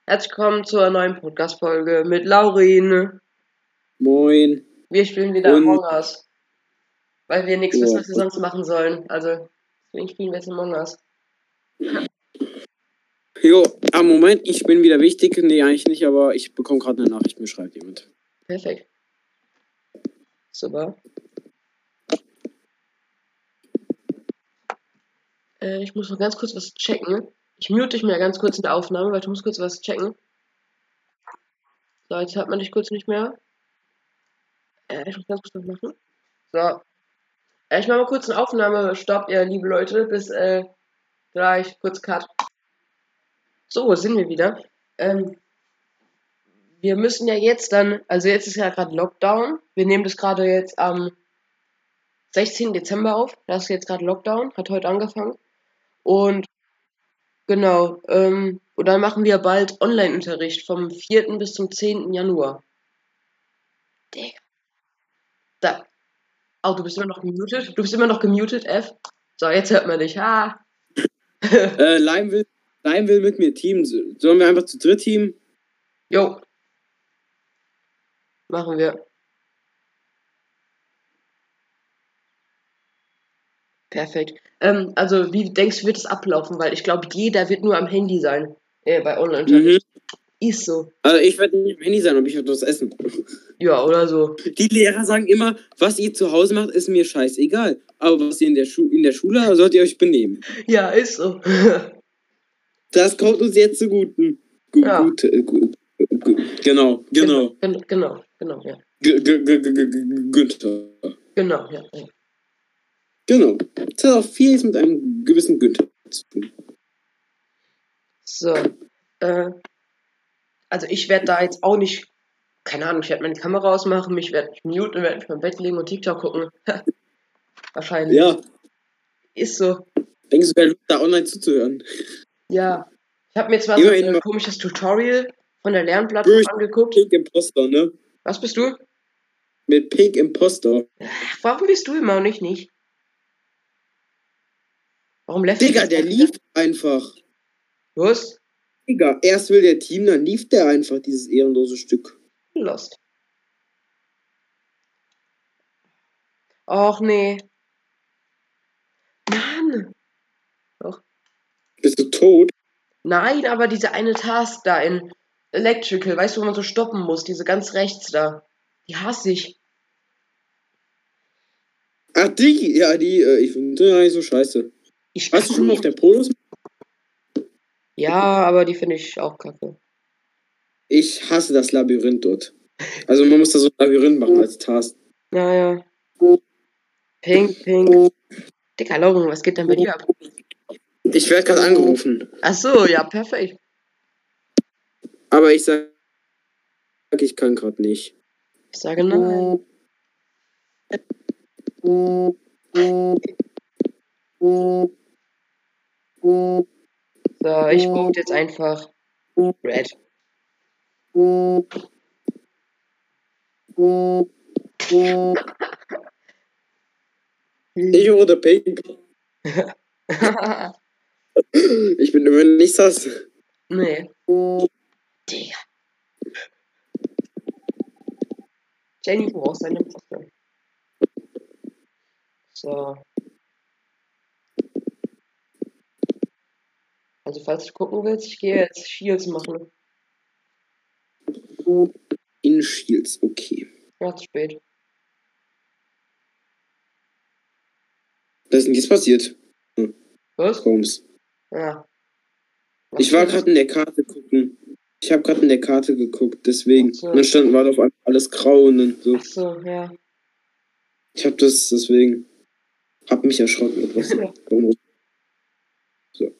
Herzlich willkommen zur neuen Podcast-Folge mit Laurin. Moin. Wir spielen wieder Und Among Us, weil wir nichts wissen, ja. was wir sonst machen sollen. Also, deswegen spielen wir jetzt Among Us. Jo, Moment, ich bin wieder wichtig. Nee, eigentlich nicht, aber ich bekomme gerade eine Nachricht, mir schreibt jemand. Perfekt. Super. Ich muss noch ganz kurz was checken. Ich mute dich mal ganz kurz in der Aufnahme, weil ich muss kurz was checken. So, jetzt hört man dich kurz nicht mehr. Ich muss ganz kurz was machen. So. Ich mache mal kurz eine Aufnahme. Stopp, ihr liebe Leute. Bis gleich. Kurz Cut. So, sind wir wieder. Wir müssen ja jetzt dann, also jetzt ist ja gerade Lockdown. Wir nehmen das gerade jetzt am 16. Dezember auf. Das ist jetzt gerade Lockdown, hat heute angefangen. Und genau, und dann machen wir bald Online-Unterricht vom 4. bis zum 10. Januar. Digga. Da. Oh, du bist immer noch gemutet? Du bist immer noch gemutet, F? So, jetzt hört man dich. Ha. Lime will mit mir teamen. Sollen wir einfach zu dritt teamen? Jo. Machen wir. Perfekt. Also, wie denkst du, wird es ablaufen? Weil ich glaube, jeder wird nur am Handy sein. Bei Online-Unterricht. Ist so. Also ich werde nicht am Handy sein, aber ich werde was essen. Ja, oder so. Die Lehrer sagen immer, was ihr zu Hause macht, ist mir scheißegal. Aber was ihr in der Schule sollt ihr euch benehmen. Ja, ist so. Das kommt uns jetzt zuguten. Ja. Genau. Genau, ja. Günther. Genau, ja. Genau. Das hat auch vieles mit einem gewissen Günther zu tun. So. Also ich werde da jetzt auch nicht, keine Ahnung, ich werde meine Kamera ausmachen, mich werde muten, werde mich beim Bett legen und TikTok gucken. Wahrscheinlich. Ja. Ist so. Denkst du, wer Lust da online zuzuhören? Ja. Ich habe mir zwar so ein komisches Tutorial von der Lernplattform angeguckt. Pink Imposter, ne? Was bist du? Mit Pink Imposter. Warum bist du immer und ich nicht? Warum lässt Digga, der lief einfach. Was? Digga, erst will der Team, dann lief der einfach, dieses ehrenlose Stück. Lost. Och nee. Mann. Doch. Bist du tot? Nein, aber diese eine Task da in Electrical, weißt du, wo man so stoppen muss, diese ganz rechts da. Die hasse ich. Ach, die, ja, ich finde die gar nicht so scheiße. Warst du schon mal auf der Polos? Ja, aber die finde ich auch kacke. Ich hasse das Labyrinth dort. Also man muss da so ein Labyrinth machen als Task. Ja. Pink. Dicker Lauren, was geht denn bei dir ab? Ich werde gerade angerufen. Ach so, ja, perfekt. Aber ich sag, ich kann gerade nicht. Ich sage nein. So, ich vote jetzt einfach Red. Ich wurde Pink. Ich bin immer nicht sass. Nee. Digga. Jenny, du brauchst deine Poste. So. Also, falls du gucken willst, ich gehe jetzt Shields machen. In Shields, okay. Ja, zu spät. Was ist denn jetzt passiert? Was? Holmes. Ja. Ich war gerade in der Karte gucken. Ich habe gerade in der Karte geguckt, deswegen. So. Dann war auf einmal alles grau und dann so. Ach so, ja. Ich habe das deswegen. Hab mich erschrocken. So.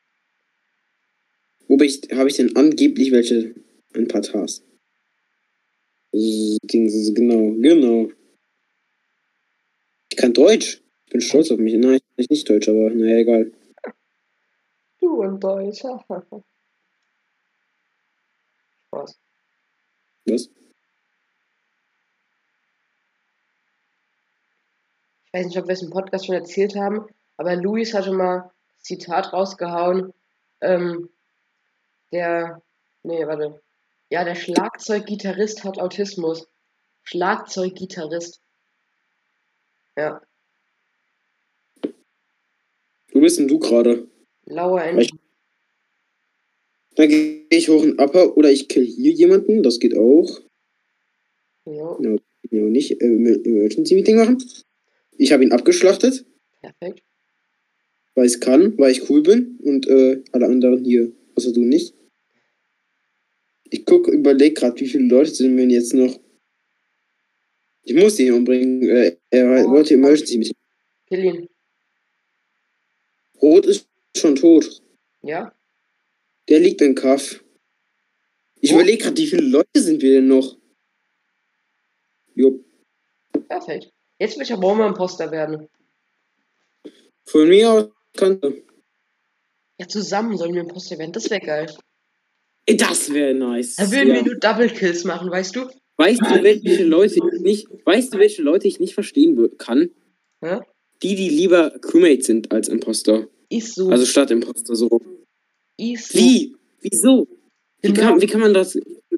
Wobei habe ich denn angeblich welche ein paar Tasks? Genau. Ich kann Deutsch. Ich bin stolz auf mich. Nein, ich kann nicht Deutsch, aber naja, egal. Du und Deutsch. Spaß. Was? Ich weiß nicht, ob wir es im Podcast schon erzählt haben, aber Luis hatte mal ein Zitat rausgehauen, der Nee, warte. Ja, der Schlagzeuggitarrist hat Autismus. Schlagzeuggitarrist. Ja. Wo bist denn du gerade? Lauer Ende. Dann gehe ich hoch und Upper oder ich kill hier jemanden, das geht auch. Jo. Ja, nicht Emergency Meeting machen. Ich habe ihn abgeschlachtet. Perfekt. Weil ich kann, weil ich cool bin und alle anderen hier, außer du nicht. Ich überleg gerade, wie viele Leute sind wir denn jetzt noch. Ich muss ihn umbringen. Er wollte Emergency Meeting. Kill ihn. Rot ist schon tot. Ja? Der liegt im Kaff. Ich überlege gerade, wie viele Leute sind wir denn noch? Jupp. Perfekt. Jetzt will ich aber auch mal Imposter werden. Von mir aus kannst Ja, zusammen sollen wir Imposter werden. Das wäre geil. Das wäre nice. Da würden wir nur Double Kills machen, weißt du? Weißt du, welche Leute ich nicht verstehen kann? Hä? Die lieber Crewmates sind als Imposter. Ist so. Also statt Imposter so. Ist so. Wie? Wieso? Genau. Wie kann man das?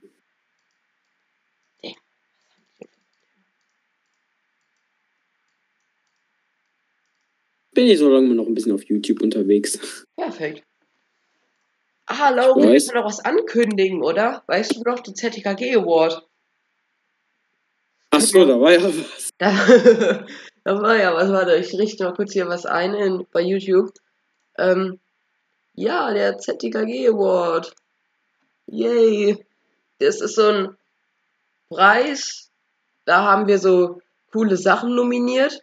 Bin ich so lange noch ein bisschen auf YouTube unterwegs. Perfekt. Ah, Laura, wir können noch was ankündigen, oder? Weißt du noch, die ZTKG Award? Achso, da war ja was. Da war ja was, warte, ich richte mal kurz hier was ein bei YouTube. Ja, der ZTKG Award. Yay. Das ist so ein Preis. Da haben wir so coole Sachen nominiert.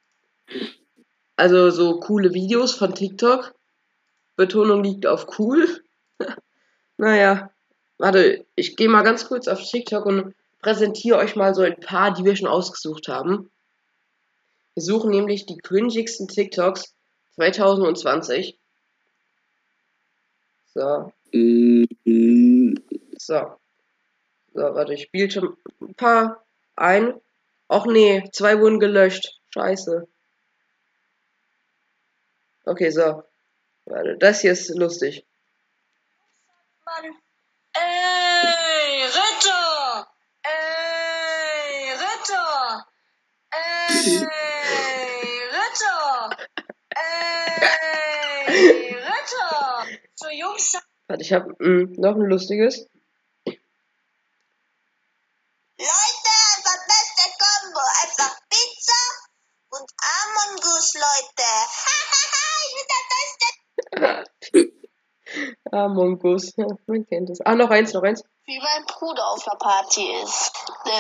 Also so coole Videos von TikTok. Betonung liegt auf cool. Naja, warte, ich gehe mal ganz kurz auf TikTok und präsentiere euch mal so ein paar, die wir schon ausgesucht haben. Wir suchen nämlich die cringigsten TikToks 2020. So. So, warte, ich spiele schon ein paar ein. Och nee, 2 wurden gelöscht. Scheiße. Okay, so. Warte, das hier ist lustig. Mann. Ey, Ritter! Ey, Ritter! Ey, Ritter! Ey, Ritter! So, Jungs. Warte, ich habe noch ein lustiges. Leute, einfach beste Kombo. Einfach Pizza und Among Us, Leute. Ich bin der Beste. Among Us, ja, man kennt es. Ah, noch eins. Wie mein Bruder auf der Party ist.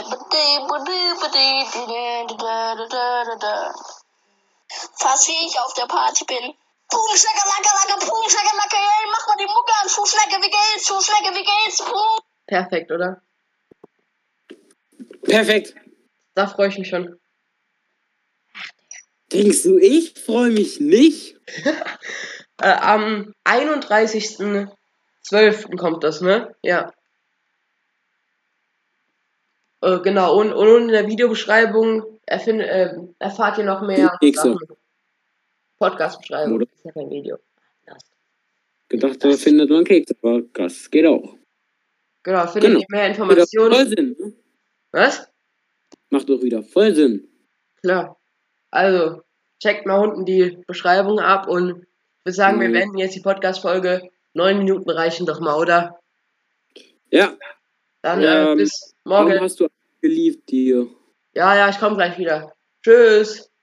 Fast wie ich auf der Party bin. Boom, Schlager, boom, Schlager, ey, mach mal die Mucke an. Fußschläge, wie geht's, boom. Perfekt, oder? Perfekt. Da freue ich mich schon. Denkst du, ich freue mich nicht? Am 31.12. kommt das, ne? Ja. Genau, und in der Videobeschreibung erfahrt ihr noch mehr Sachen. Podcast-Beschreibung, ist ja kein Video. Gedacht, da findet man Keks, aber das geht auch. Genau, findet ihr mehr Informationen. Voll Sinn, ne? Was? Macht doch wieder voll Sinn. Klar. Also, checkt mal unten die Beschreibung ab und ich würde sagen, wir beenden jetzt die Podcast-Folge. 9 Minuten reichen doch mal, oder? Ja. Dann bis morgen. Warum hast du geliebt dir? Ja, ich komme gleich wieder. Tschüss.